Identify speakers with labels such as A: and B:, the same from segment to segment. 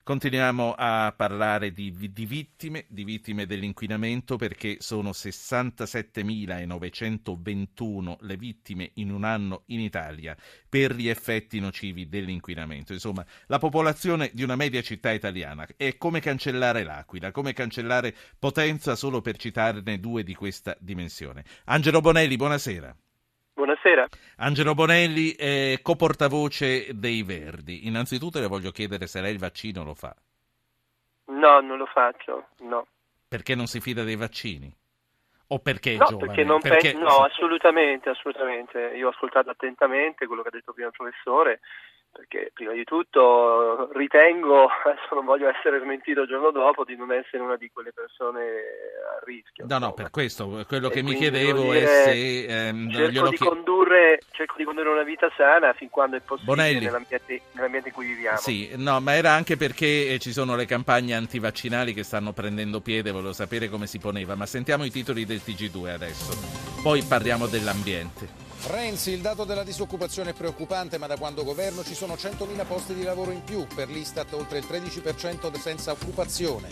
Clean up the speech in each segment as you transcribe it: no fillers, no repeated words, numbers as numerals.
A: Continuiamo a parlare di vittime dell'inquinamento, perché sono 67.921 le vittime in un anno in Italia per gli effetti nocivi dell'inquinamento. Insomma, la popolazione di una media città italiana è come cancellare L'Aquila, come cancellare Potenza, solo per citarne due di questa dimensione. Angelo Bonelli, buonasera.
B: Buonasera.
A: Angelo Bonelli è coportavoce dei Verdi. Innanzitutto le voglio chiedere se lei il vaccino lo fa.
B: No, non lo faccio, no.
A: Perché non si fida dei vaccini? O perché è
B: No,
A: giovane?
B: perché non
A: Perché...
B: no, assolutamente. Io ho ascoltato attentamente quello che ha detto prima il professore, perché prima di tutto ritengo, adesso non voglio essere smentito il giorno dopo, di non essere una di quelle persone a rischio.
A: No, per questo quello che mi
B: quindi,
A: chiedevo è se...
B: cerco di condurre una vita sana fin quando è possibile
A: Bonelli.
B: nell'ambiente in cui viviamo.
A: Sì, no, ma era anche perché ci sono le campagne antivaccinali che stanno prendendo piede, volevo sapere come si poneva, ma sentiamo i titoli del TG2 adesso, poi parliamo dell'ambiente.
C: Renzi, il dato della disoccupazione è preoccupante, ma da quando governo ci sono 100.000 posti di lavoro in più, per l'Istat oltre il 13% senza occupazione.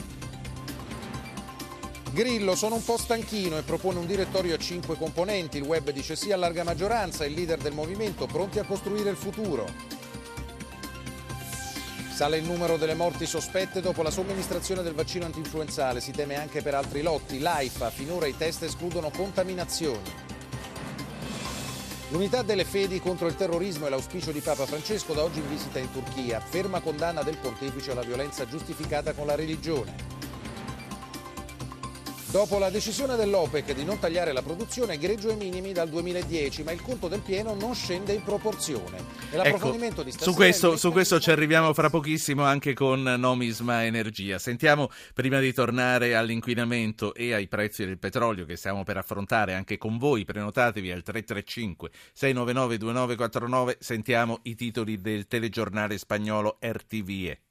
C: Grillo, sono un po' stanchino e propone un direttorio a 5 componenti, il web dice sì a larga maggioranza, il leader del movimento pronti a costruire il futuro. Sale il numero delle morti sospette dopo la somministrazione del vaccino antinfluenzale, si teme anche per altri lotti, l'AIFA, finora i test escludono contaminazioni. L'unità delle fedi contro il terrorismo e l'auspicio di Papa Francesco da oggi in visita in Turchia, ferma condanna del pontefice alla violenza giustificata con la religione. Dopo la decisione dell'OPEC di non tagliare la produzione, greggio ai minimi dal 2010, ma il conto del pieno non scende in proporzione. E l'approfondimento di stasera...
A: Su questo ci arriviamo fra pochissimo anche con Nomisma Energia. Sentiamo, prima di tornare all'inquinamento e ai prezzi del petrolio che stiamo per affrontare anche con voi, prenotatevi al 335 699 2949, sentiamo i titoli del telegiornale spagnolo RTVE.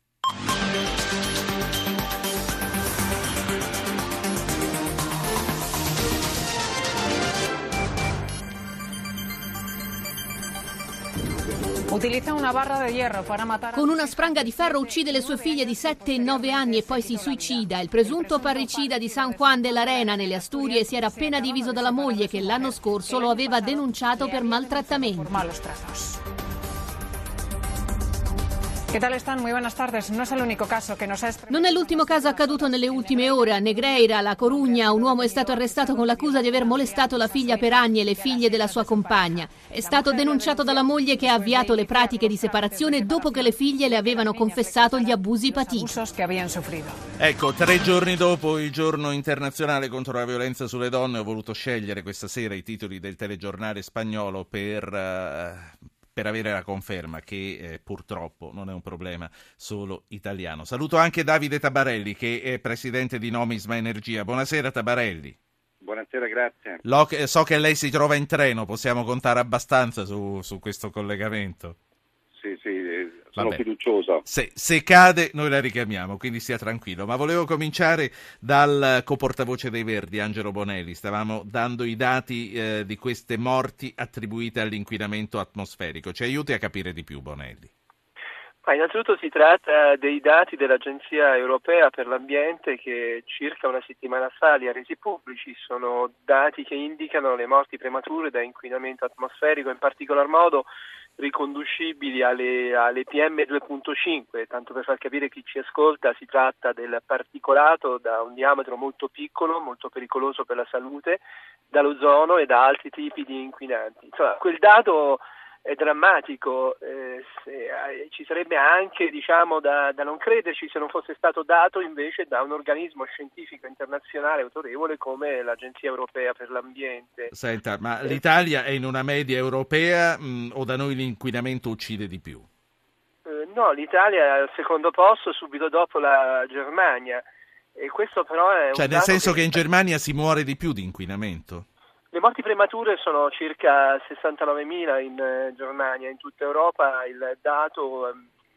D: Con una spranga di ferro uccide le sue figlie di 7 e 9 anni e poi si suicida. Il presunto parricida di San Juan de la Arena nelle Asturie si era appena diviso dalla moglie che l'anno scorso lo aveva denunciato per maltrattamenti. Non è l'ultimo caso accaduto nelle ultime ore. A Negreira, La Corugna, un uomo è stato arrestato con l'accusa di aver molestato la figlia per anni e le figlie della sua compagna. È stato denunciato dalla moglie che ha avviato le pratiche di separazione dopo che le figlie le avevano confessato gli abusi patiti.
A: Ecco, 3 giorni dopo il giorno internazionale contro la violenza sulle donne, ho voluto scegliere questa sera i titoli del telegiornale spagnolo per avere la conferma che purtroppo non è un problema solo italiano. Saluto anche Davide Tabarelli, che è presidente di Nomisma Energia. Buonasera Tabarelli.
E: Buonasera, grazie.
A: So che lei si trova in treno, possiamo contare abbastanza su questo collegamento?
E: Sì, sono fiducioso.
A: Se cade noi la richiamiamo, quindi stia tranquillo. Ma volevo cominciare dal coportavoce dei Verdi, Angelo Bonelli. Stavamo dando i dati di queste morti attribuite all'inquinamento atmosferico. Ci aiuti a capire di più, Bonelli?
B: Innanzitutto si tratta dei dati dell'Agenzia Europea per l'Ambiente che circa una settimana fa li ha resi pubblici. Sono dati che indicano le morti premature da inquinamento atmosferico, in particolar modo riconducibili alle PM2.5. Tanto per far capire chi ci ascolta, si tratta del particolato da un diametro molto piccolo, molto pericoloso per la salute, dall'ozono e da altri tipi di inquinanti. Insomma, quel dato è drammatico, ci sarebbe anche da non crederci se non fosse stato dato invece da un organismo scientifico internazionale autorevole come l'Agenzia Europea per l'Ambiente.
A: Senta, ma l'Italia è in una media europea o da noi l'inquinamento uccide di più?
B: No, l'Italia è al secondo posto subito dopo la Germania e questo però è
A: nel senso che in Germania si muore di più di inquinamento?
B: Le morti premature sono circa 69.000 in Germania, in tutta Europa il dato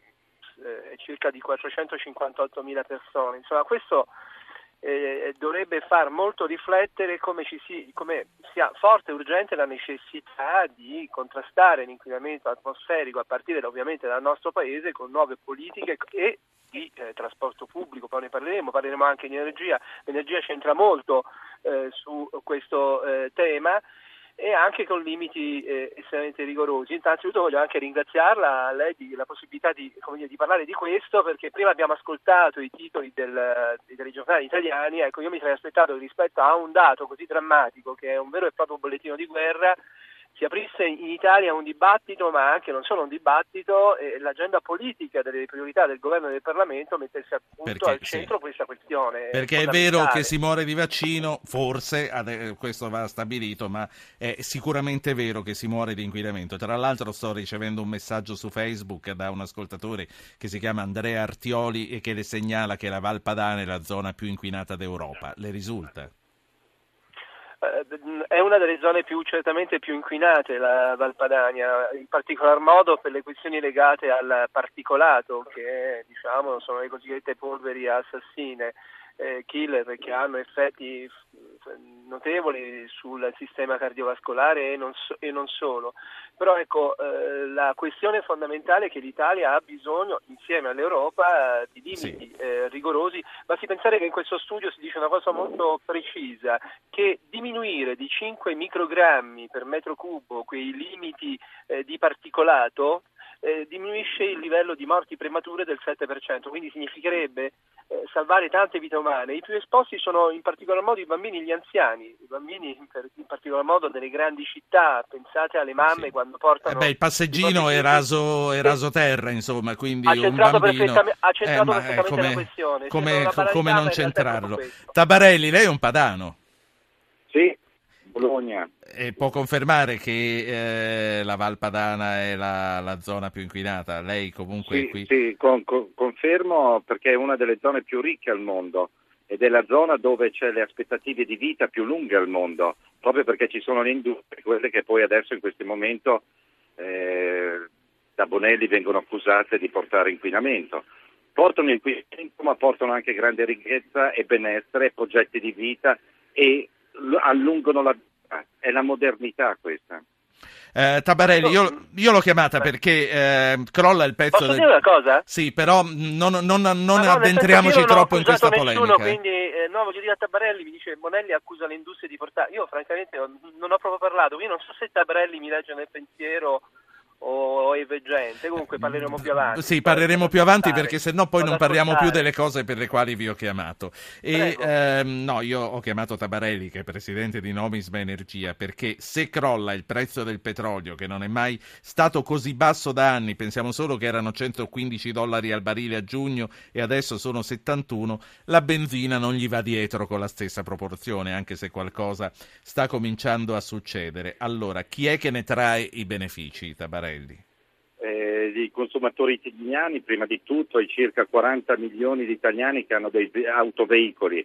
B: è circa di 458.000 persone. Insomma, questo dovrebbe far molto riflettere come sia forte e urgente la necessità di contrastare l'inquinamento atmosferico a partire ovviamente dal nostro paese con nuove politiche e di trasporto pubblico, poi ne parleremo anche di energia. L'energia c'entra molto su questo tema, e anche con limiti estremamente rigorosi. Innanzitutto voglio anche ringraziarla a lei di la possibilità di parlare di questo, perché prima abbiamo ascoltato i titoli dei giornali italiani. Ecco, io mi sarei aspettato che rispetto a un dato così drammatico, che è un vero e proprio bollettino di guerra, si aprisse in Italia un dibattito, ma anche non solo un dibattito, e l'agenda politica delle priorità del governo e del Parlamento mettesse appunto al centro questa questione.
A: Perché è vero che si muore di vaccino, forse, questo va stabilito, ma è sicuramente vero che si muore di inquinamento. Tra l'altro sto ricevendo un messaggio su Facebook da un ascoltatore che si chiama Andrea Artioli e che le segnala che la Val Padana è la zona più inquinata d'Europa. Le risulta?
B: È una delle zone certamente più inquinate, la Val Padania, in particolar modo per le questioni legate al particolato, che sono le cosiddette polveri assassine, killer, che hanno effetti notevoli sul sistema cardiovascolare e non solo. Però ecco, la questione fondamentale è che l'Italia ha bisogno, insieme all'Europa, di limiti rigorosi. Basti pensare che in questo studio si dice una cosa molto precisa, che diminuire di 5 microgrammi per metro cubo quei limiti di particolato diminuisce il livello di morti premature del 7%, quindi significherebbe salvare tante vite umane. I più esposti sono in particolar modo i bambini e gli anziani, i bambini in particolar modo delle grandi città. Pensate alle mamme quando portano...
A: il passeggino è raso terra, insomma, quindi
B: ha
A: un bambino...
B: Ha centrato perfettamente la questione.
A: Come non centrarlo? Tabarelli, lei è un padano?
E: Sì, Bologna.
A: E può confermare che la Val Padana è la zona più inquinata? Lei comunque
E: sì,
A: qui...
E: Sì, confermo, perché è una delle zone più ricche al mondo ed è la zona dove c'è le aspettative di vita più lunghe al mondo, proprio perché ci sono le industrie, quelle che poi adesso in questo momento da Bonelli vengono accusate di portare inquinamento. Portano inquinamento, ma portano anche grande ricchezza e benessere, progetti di vita, e allungano la vita. È la modernità questa.
A: Tabarelli, io l'ho chiamata perché crolla il pezzo.
B: Posso dire una cosa?
A: Sì, però non addentriamoci troppo in questa polemica.
B: Quindi voglio dire a Tabarelli, mi dice Bonelli accusa le industrie di portare. Io francamente non ho proprio parlato, quindi non so se Tabarelli mi legge nel pensiero o è veggente. Comunque parleremo più avanti.
A: Sì, parleremo più avanti, perché sennò poi non parliamo più delle cose per le quali vi ho chiamato. Io ho chiamato Tabarelli, che è presidente di Nomisma Energia, perché se crolla il prezzo del petrolio, che non è mai stato così basso da anni, pensiamo solo che erano $115 al barile a giugno e adesso sono 71, la benzina non gli va dietro con la stessa proporzione, anche se qualcosa sta cominciando a succedere. Allora, chi è che ne trae i benefici, Tabarelli?
E: I consumatori italiani, prima di tutto, i circa 40 milioni di italiani che hanno dei autoveicoli,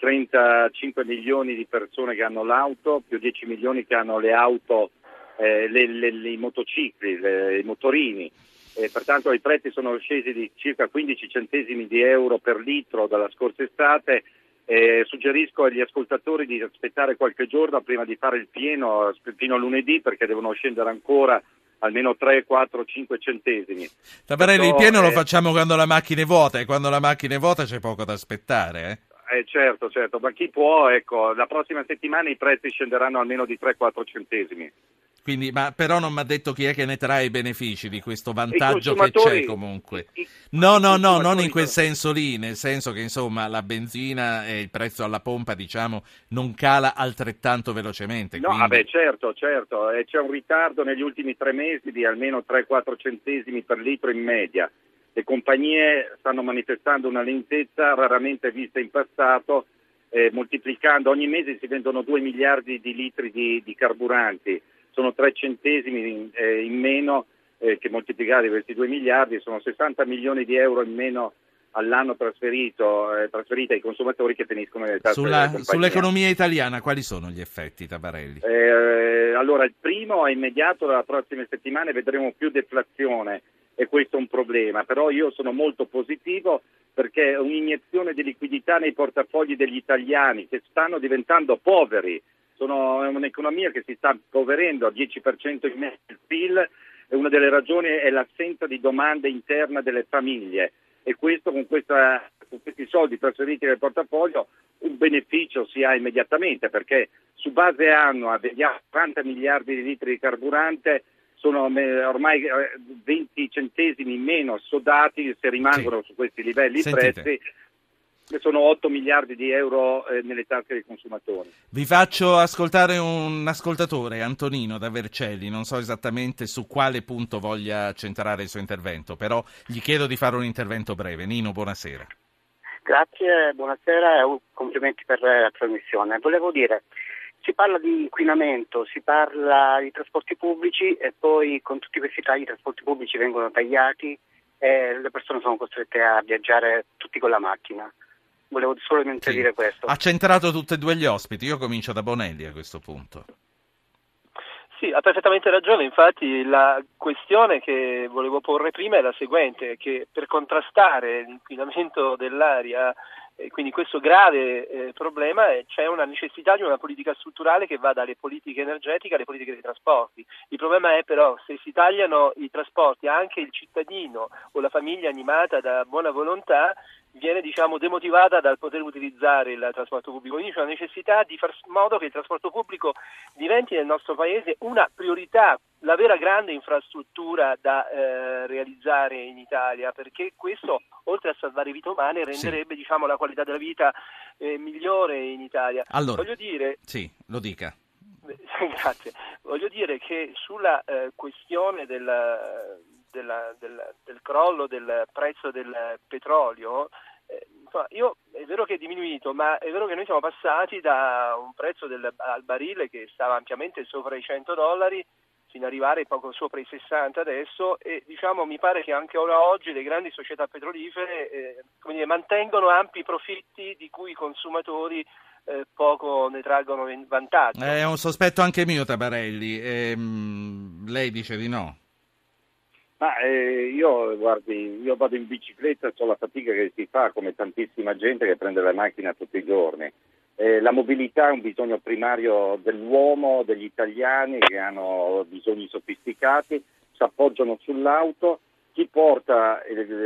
E: 35 milioni di persone che hanno l'auto, più 10 milioni che hanno le auto, i motocicli, i motorini. Pertanto i prezzi sono scesi di circa 15 centesimi di euro per litro dalla scorsa estate. Suggerisco agli ascoltatori di aspettare qualche giorno prima di fare il pieno fino a lunedì, perché devono scendere ancora almeno 3, 4, 5 centesimi.
A: Tabarelli, il pieno lo facciamo quando la macchina è vuota, e quando la macchina è vuota c'è poco da aspettare,
E: Certo, ma chi può, la prossima settimana i prezzi scenderanno almeno di 3-4 centesimi.
A: Quindi, però non mi ha detto chi è che ne trae i benefici di questo vantaggio che c'è comunque. No, non in quel senso lì, nel senso che insomma la benzina e il prezzo alla pompa, non cala altrettanto velocemente.
E: No, certo, c'è un ritardo negli ultimi 3 mesi di almeno 3-4 centesimi per litro in media. Le compagnie stanno manifestando una lentezza raramente vista in passato, moltiplicando, ogni mese si vendono 2 miliardi di litri di carburanti. Sono 3 centesimi in meno che moltiplicati questi 2 miliardi, sono 60 milioni di euro in meno all'anno trasferiti ai consumatori che finiscono nelle tasse delle compagnie.
A: Sull'economia italiana quali sono gli effetti, Tabarelli?
E: Allora, il primo è immediato, dalla prossima settimana vedremo più deflazione e questo è un problema, però io sono molto positivo perché è un'iniezione di liquidità nei portafogli degli italiani che stanno diventando poveri. È un'economia che si sta impoverendo a 10% in meno del PIL, e una delle ragioni è l'assenza di domanda interna delle famiglie, e questo con questi soldi trasferiti nel portafoglio un beneficio si ha immediatamente, perché su base annua vediamo 40 miliardi di litri di carburante, sono ormai 20 centesimi in meno assodati, se rimangono su questi livelli i prezzi, che sono 8 miliardi di euro nelle tasche dei consumatori.
A: Vi faccio ascoltare un ascoltatore, Antonino da Vercelli, non so esattamente su quale punto voglia centrare il suo intervento, però gli chiedo di fare un intervento breve. Nino, buonasera.
F: Grazie, buonasera e complimenti per la trasmissione. Volevo dire, si parla di inquinamento, si parla di trasporti pubblici e poi con tutti questi tagli i trasporti pubblici vengono tagliati e le persone sono costrette a viaggiare tutti con la macchina. Volevo solamente dire questo.
A: Ha centrato tutti e due gli ospiti, io comincio da Bonelli a questo punto.
B: Sì, ha perfettamente ragione, infatti la questione che volevo porre prima è la seguente, che per contrastare l'inquinamento dell'aria, quindi questo grave problema, c'è una necessità di una politica strutturale che va dalle politiche energetiche alle politiche dei trasporti. Il problema è però se si tagliano i trasporti anche il cittadino o la famiglia animata da buona volontà viene demotivata dal poter utilizzare il trasporto pubblico. Quindi c'è una necessità di far modo che il trasporto pubblico diventi nel nostro paese una priorità, la vera grande infrastruttura da realizzare in Italia, perché questo, oltre a salvare vite umane, renderebbe la qualità della vita migliore in Italia.
A: Allora,
B: voglio dire,
A: sì, lo dica.
B: Grazie. Voglio dire che sulla questione del crollo del prezzo del petrolio, io è vero che è diminuito, ma è vero che noi siamo passati da un prezzo al barile che stava ampiamente sopra i $100 fino ad arrivare poco sopra i 60 adesso, e mi pare che anche ora oggi le grandi società petrolifere mantengono ampi profitti di cui i consumatori poco ne traggono vantaggio.
A: È un sospetto anche mio, Tabarelli. Lei dice di no?
E: Ma io vado in bicicletta, so la fatica che si fa, come tantissima gente che prende la macchina tutti i giorni. La mobilità è un bisogno primario dell'uomo, degli italiani che hanno bisogni sofisticati, si appoggiano sull'auto. Chi porta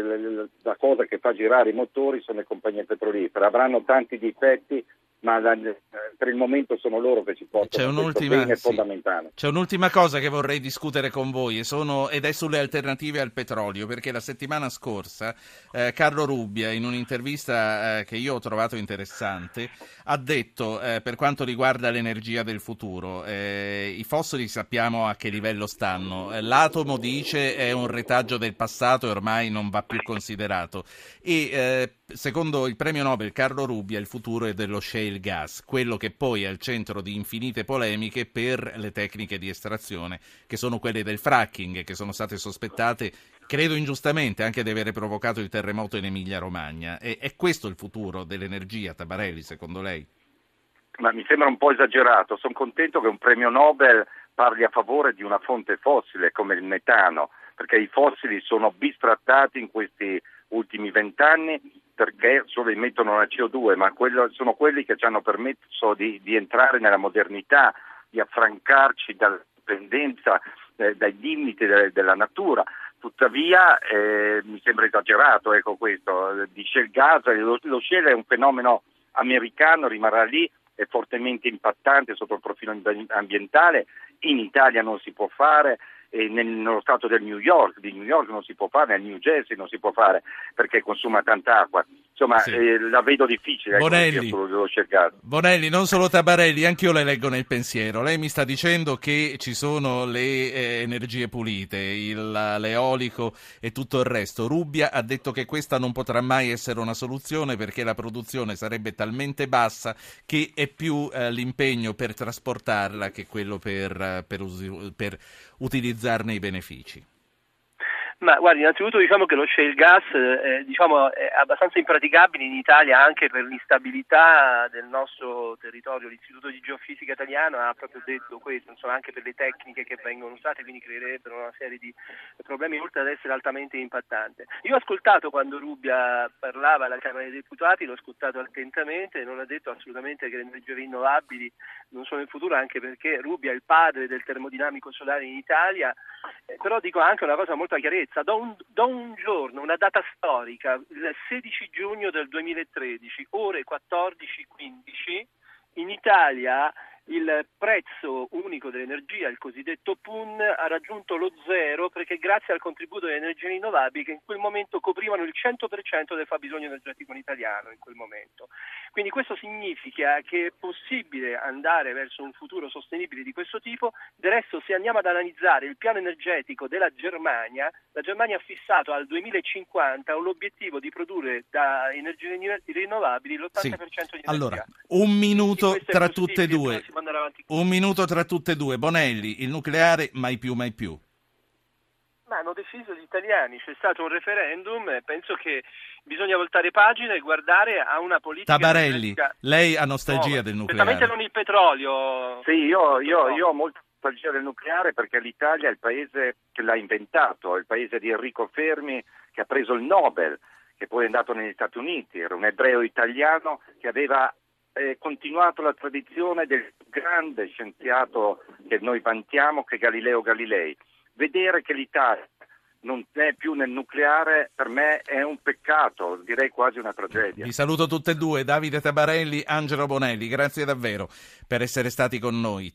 E: la cosa che fa girare i motori sono le compagnie petrolifere. Avranno tanti difetti, ma per il momento sono loro che ci portano. Questo bene fondamentale.
A: C'è un'ultima cosa che vorrei discutere con voi ed è sulle alternative al petrolio, perché la settimana scorsa Carlo Rubbia, in un'intervista che io ho trovato interessante, ha detto per quanto riguarda l'energia del futuro, i fossili sappiamo a che livello stanno, l'atomo, dice, è un retaggio del passato e ormai non va più considerato, e secondo il premio Nobel Carlo Rubbia il futuro è dello shale gas, quello che poi è al centro di infinite polemiche per le tecniche di estrazione, che sono quelle del fracking, che sono state sospettate, credo ingiustamente, anche di avere provocato il terremoto in Emilia-Romagna. È questo il futuro dell'energia, Tabarelli, secondo lei?
E: Ma mi sembra un po' esagerato. Sono contento che un premio Nobel parli a favore di una fonte fossile come il metano, perché i fossili sono bistrattati in questi ultimi 20 anni perché solo emettono la CO2, ma sono quelli che ci hanno permesso di entrare nella modernità, di affrancarci dalla dipendenza dai limiti della natura. Tuttavia mi sembra esagerato questo di shale gas. Lo shale è un fenomeno americano, rimarrà lì, è fortemente impattante sotto il profilo ambientale. In Italia non si può fare, e nello stato di New York non si può fare, nel New Jersey non si può fare perché consuma tanta acqua. Insomma, la vedo difficile.
A: Bonelli, non solo Tabarelli, anche io le leggo nel pensiero. Lei mi sta dicendo che ci sono le energie pulite, l'eolico e tutto il resto. Rubbia ha detto che questa non potrà mai essere una soluzione perché la produzione sarebbe talmente bassa che è più l'impegno per trasportarla che quello per utilizzarne i benefici.
B: Ma guardi, innanzitutto diciamo che lo shale gas è abbastanza impraticabile in Italia anche per l'instabilità del nostro territorio. L'Istituto di Geofisica italiano ha proprio detto questo, insomma, anche per le tecniche che vengono usate, quindi creerebbero una serie di problemi oltre ad essere altamente impattante. Io ho ascoltato quando Rubbia parlava alla Camera dei Deputati, l'ho ascoltato attentamente, non ha detto assolutamente che le energie rinnovabili non sono il futuro, anche perché Rubbia è il padre del termodinamico solare in Italia, però dico anche una cosa molto a chiarezza. importanza. Do un giorno, una data storica, il 16 giugno del 2013, ore 14:15, in Italia il prezzo unico dell'energia, il cosiddetto PUN, ha raggiunto lo zero perché grazie al contributo delle energie rinnovabili che in quel momento coprivano il 100% del fabbisogno energetico italiano in quel momento. Quindi questo significa che è possibile andare verso un futuro sostenibile di questo tipo. Del resto, se andiamo ad analizzare il piano energetico della Germania, la Germania ha fissato al 2050 l'obiettivo di produrre da energie rinnovabili l'80% di energia.
A: Allora, un minuto tra tutte e due. Un minuto tra tutte e due. Bonelli, il nucleare mai più, mai più.
B: Ma hanno deciso gli italiani, c'è stato un referendum e penso che bisogna voltare pagina e guardare a una politica...
A: Tabarelli, lei ha nostalgia del nucleare?
B: Certamente non il petrolio.
E: Sì, io ho molta nostalgia del nucleare perché l'Italia è il paese che l'ha inventato, è il paese di Enrico Fermi che ha preso il Nobel, che poi è andato negli Stati Uniti, era un ebreo italiano che aveva continuato la tradizione del grande scienziato che noi vantiamo, che è Galileo Galilei. Vedere che l'Italia non è più nel nucleare per me è un peccato, direi quasi una tragedia.
A: Vi saluto tutte e due, Davide Tabarelli, Angelo Bonelli, grazie davvero per essere stati con noi.